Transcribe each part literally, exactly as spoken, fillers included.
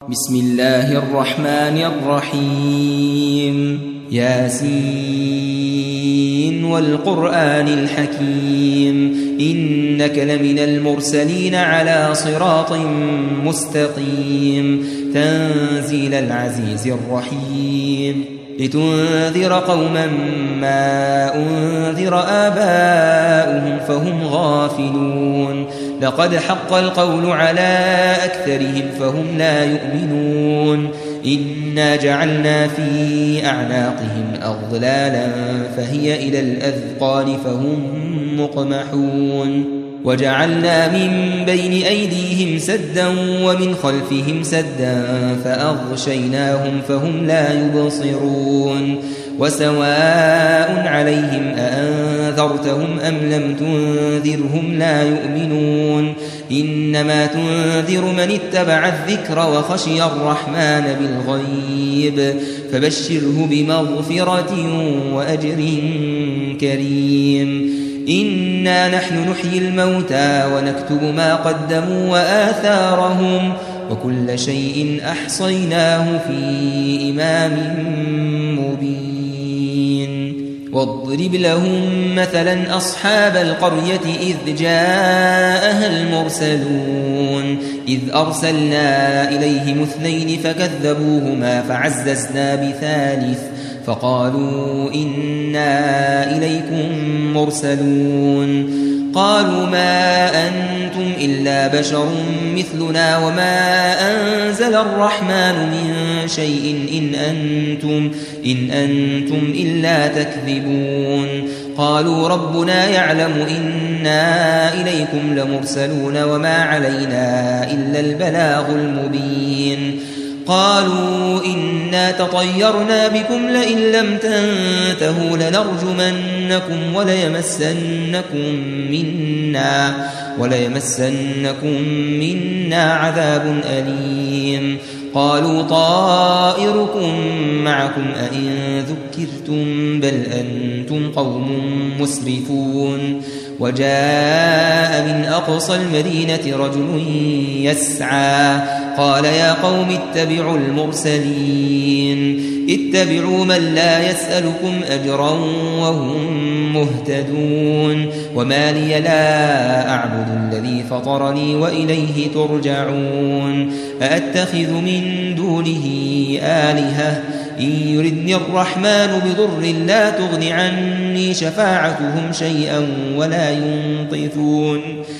بسم الله الرحمن الرحيم ياسين والقرآن الحكيم إنك لمن المرسلين على صراط مستقيم تنزيل العزيز الرحيم لتنذر قوما ما أنذر آباؤهم فهم غافلون لقد حق القول على أكثرهم فهم لا يؤمنون إنا جعلنا في أعناقهم أغلالا فهي إلى الأذقان فهم مقمحون وجعلنا من بين أيديهم سدا ومن خلفهم سدا فأغشيناهم فهم لا يبصرون وسواء عليهم أأنذرتهم أم لم تنذرهم لا يؤمنون إنما تنذر من اتبع الذكر وخشي الرحمن بالغيب فبشره بمغفرة وأجر كريم إنا نحن نحيي الموتى ونكتب ما قدموا وآثارهم وكل شيء أحصيناه في إمام مبين واضرب لهم مثلا أصحاب القرية إذ جاءها المرسلون إذ أرسلنا إليهم اثنين فكذبوهما فعززنا بثالث فقالوا إنا إليكم مرسلون قالوا ما أنتم إلا بشر مثلنا وما أنزل الرحمن من شيء إن أنتم, إن أنتم إلا تكذبون قالوا ربنا يعلم إنا إليكم لمرسلون وما علينا إلا البلاغ المبين قالوا إنا تطيرنا بكم لئن لم تنتهوا لنرجمنكم وليمسنكم منا, وليمسنكم منا عذاب أليم قالوا طائركم معكم أئن ذكرتم بل أنتم قوم مسرفون وجاء من أقصى المدينة رجل يسعى قال يا قوم اتبعوا المرسلين اتبعوا من لا يسألكم أجرا وهم مهتدون وما لي لا أعبد الذي فطرني وإليه ترجعون أأتخذ من دونه آلهة إن يردني الرحمن بضر لا تغن عني شفاعتهم شيئا ولا ينقذون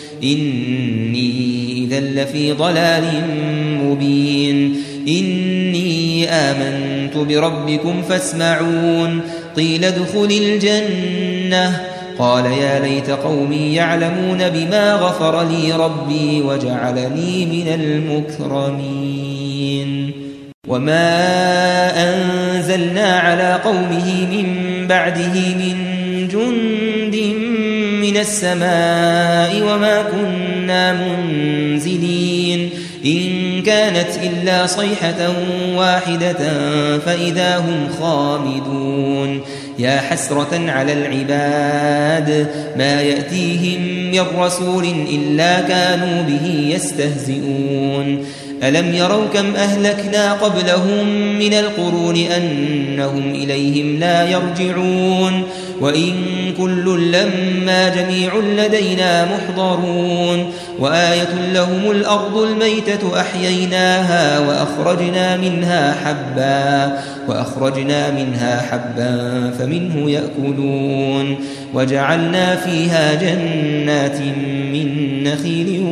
إني إذا لفي ضلال مبين إني آمنت بربكم فاسمعون قيل ادخل الجنة قال يا ليت قومي يعلمون بما غفر لي ربي وجعلني من المكرمين وما أنزلنا على قومه من بعده من جند من السماء وما كنا منزلين إن كانت إلا صيحة واحدة فإذا هم خامدون يا حسرة على العباد ما يأتيهم من رسول إلا كانوا به يستهزئون ألم يروا كم أهلكنا قبلهم من القرون أنهم إليهم لا يرجعون وإن كل لما جميع لدينا محضرون وآية لهم الأرض الميتة أحييناها وأخرجنا منها حبا وأخرجنا منها حبا فمنه يأكلون وجعلنا فيها جنات من نخيل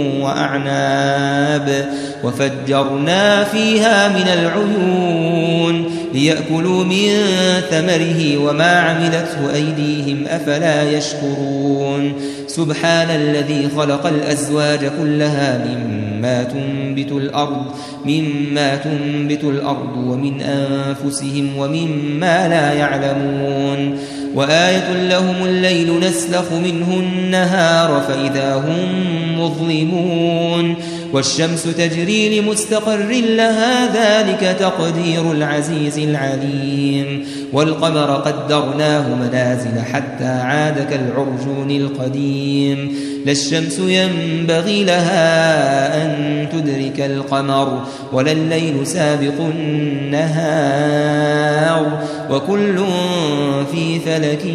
وأعناب وفجرنا فيها من العيون ليأكلوا من ثمره وما عملته أيديهم أفلا يشكرون سبحان الذي خلق الأزواج كلها مما تنبت الأرض مما تنبت الأرض ومن أنفسهم ومما لا يعلمون وآية لهم الليل نسلخ منه النهار فإذا هم مظلمون والشمس تجري لمستقر لها ذلك تقدير العزيز العليم والقمر قدرناه منازل حتى عاد كالعرجون القديم لا الشمس ينبغي لها أن تدرك القمر ولا الليل سابق النهار وكل في فلك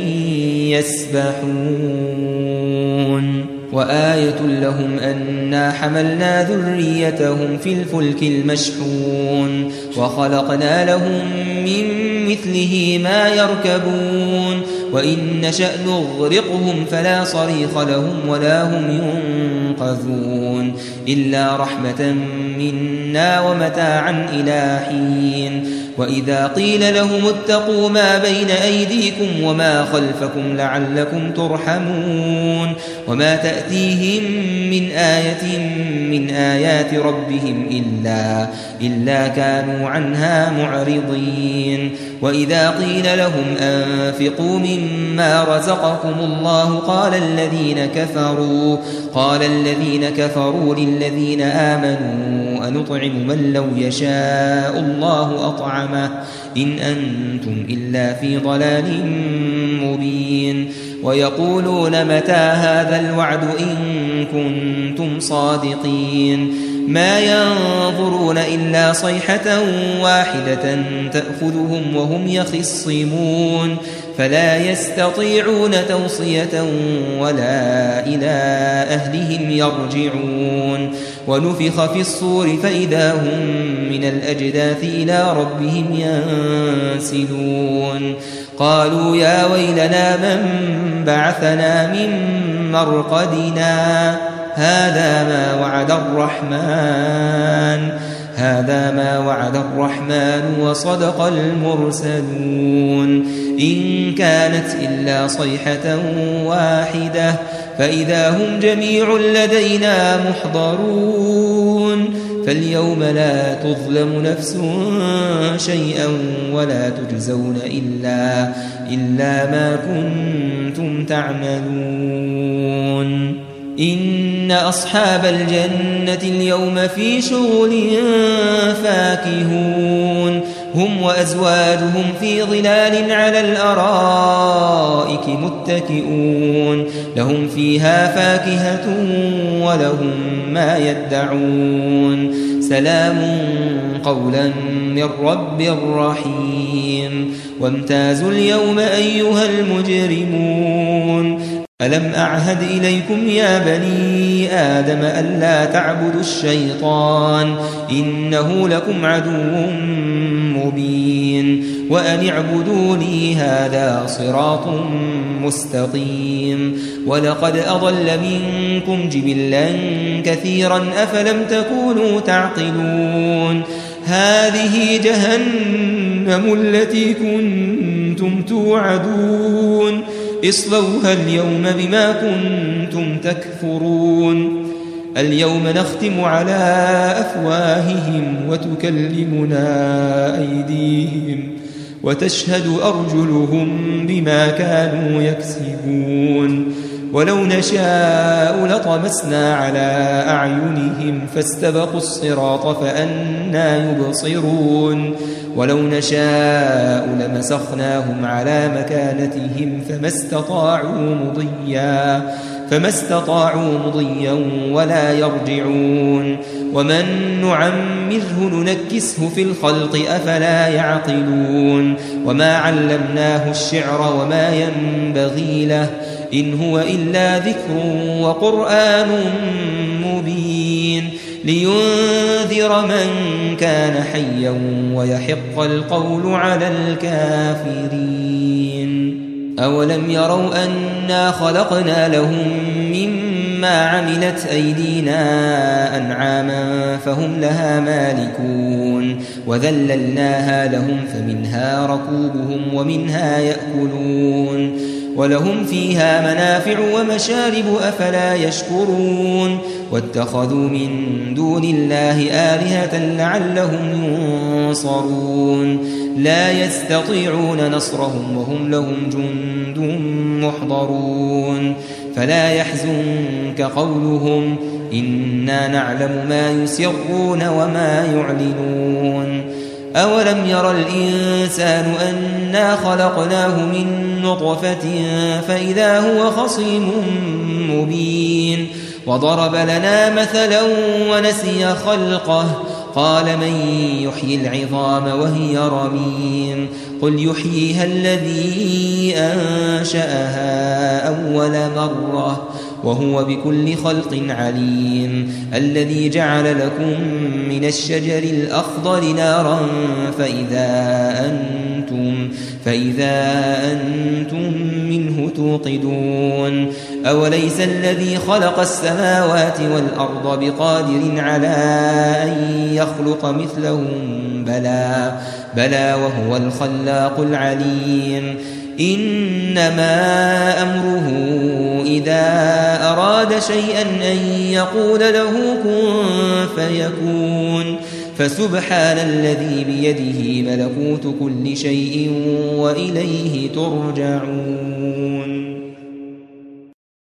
يسبحون وآية لهم أنا حملنا ذريتهم في الفلك المشحون وخلقنا لهم من مثله ما يركبون وإن نشأ نغرقهم فلا صريخ لهم ولا هم ينقذون إلا رحمة منا ومتاعا إلى حين وإذا قيل لهم اتقوا ما بين أيديكم وما خلفكم لعلكم ترحمون وما تأتيهم من آية من آيات ربهم إلا, إلا كانوا عنها معرضين وإذا قيل لهم أنفقوا مما رزقكم الله قال الذين كفروا قال الذين كفروا للذين آمنوا أنطعم من لو يشاء الله أطعمه إن أنتم إلا في ضلال مبين ويقولون متى هذا الوعد إن كنتم صادقين ما ينظرون إلا صيحة واحدة تأخذهم وهم يخصمون فلا يستطيعون توصية ولا إلى أهلهم يرجعون ونفخ في الصور فإذا هم من الأجداث إلى ربهم ينسلون قالوا يا ويلنا من بعثنا من مرقدنا هذا ما وعد الرحمن هذا ما وعد الرحمن وصدق المرسلون إن كانت إلا صيحة واحدة فإذا هم جميع لدينا محضرون فاليوم لا تظلم نفس شيئا ولا تجزون إلا, إلا ما كنتم تعملون إن أصحاب الجنة اليوم في شغل فاكهون هم وأزواجهم في ظلال على الأرائك متكئون لهم فيها فاكهة ولهم ما يدعون سلام قولا من رب رحيم وامتازوا اليوم أيها المجرمون ألم أعهد إليكم يا بني آدم ألا تعبدوا الشيطان إنه لكم عدو مبين وأن اعبدوني هذا صراط مستقيم ولقد أضل منكم جبلا كثيرا أفلم تكونوا تعقلون هذه جهنم التي كنتم توعدون اصلوها اليوم بما كنتم تكفرون اليوم نختم على أفواههم وتكلمنا أيديهم وتشهد أرجلهم بما كانوا يكسبون ولو نشاء لطمسنا على أعينهم فاستبقوا الصراط فأنى يبصرون ولو نشاء لمسخناهم على مكانتهم فما استطاعوا مضيا فما استطاعوا مضيا ولا يرجعون ومن نعمره ننكسه في الخلق أفلا يعقلون وما علمناه الشعر وما ينبغي له إن هو إلا ذكر وقرآن مبين لينذر من كان حيا ويحق القول على الكافرين أولم يروا أنا خلقنا لهم مما عملت أيدينا أنعاما فهم لها مالكون وذللناها لهم فمنها ركوبهم ومنها يأكلون ولهم فيها منافع ومشارب أفلا يشكرون واتخذوا من دون الله آلهة لعلهم ينصرون لا يستطيعون نصرهم وهم لهم جند محضرون فلا يحزنك قولهم إنا نعلم ما يسرون وما يعلنون أولم ير الإنسان أنا خلقناه من نطفة فإذا هو خصيم مبين وضرب لنا مثلا ونسي خلقه قال من يحيي العظام وهي رميم قل يحييها الذي أنشأها أول مرة وهو بكل خلق عليم الذي جعل لكم من الشجر الأخضر نارا فإذا أنتم, فإذا أنتم منه توقدون أوليس الذي خلق السماوات والأرض بقادر على أن يخلق مثلهم بلى بلى وهو الخلاق العليم إنما أمره إذا أراد شيئا أن يقول له كن فيكون فسبحان الذي بيده ملكوت كل شيء وإليه ترجعون.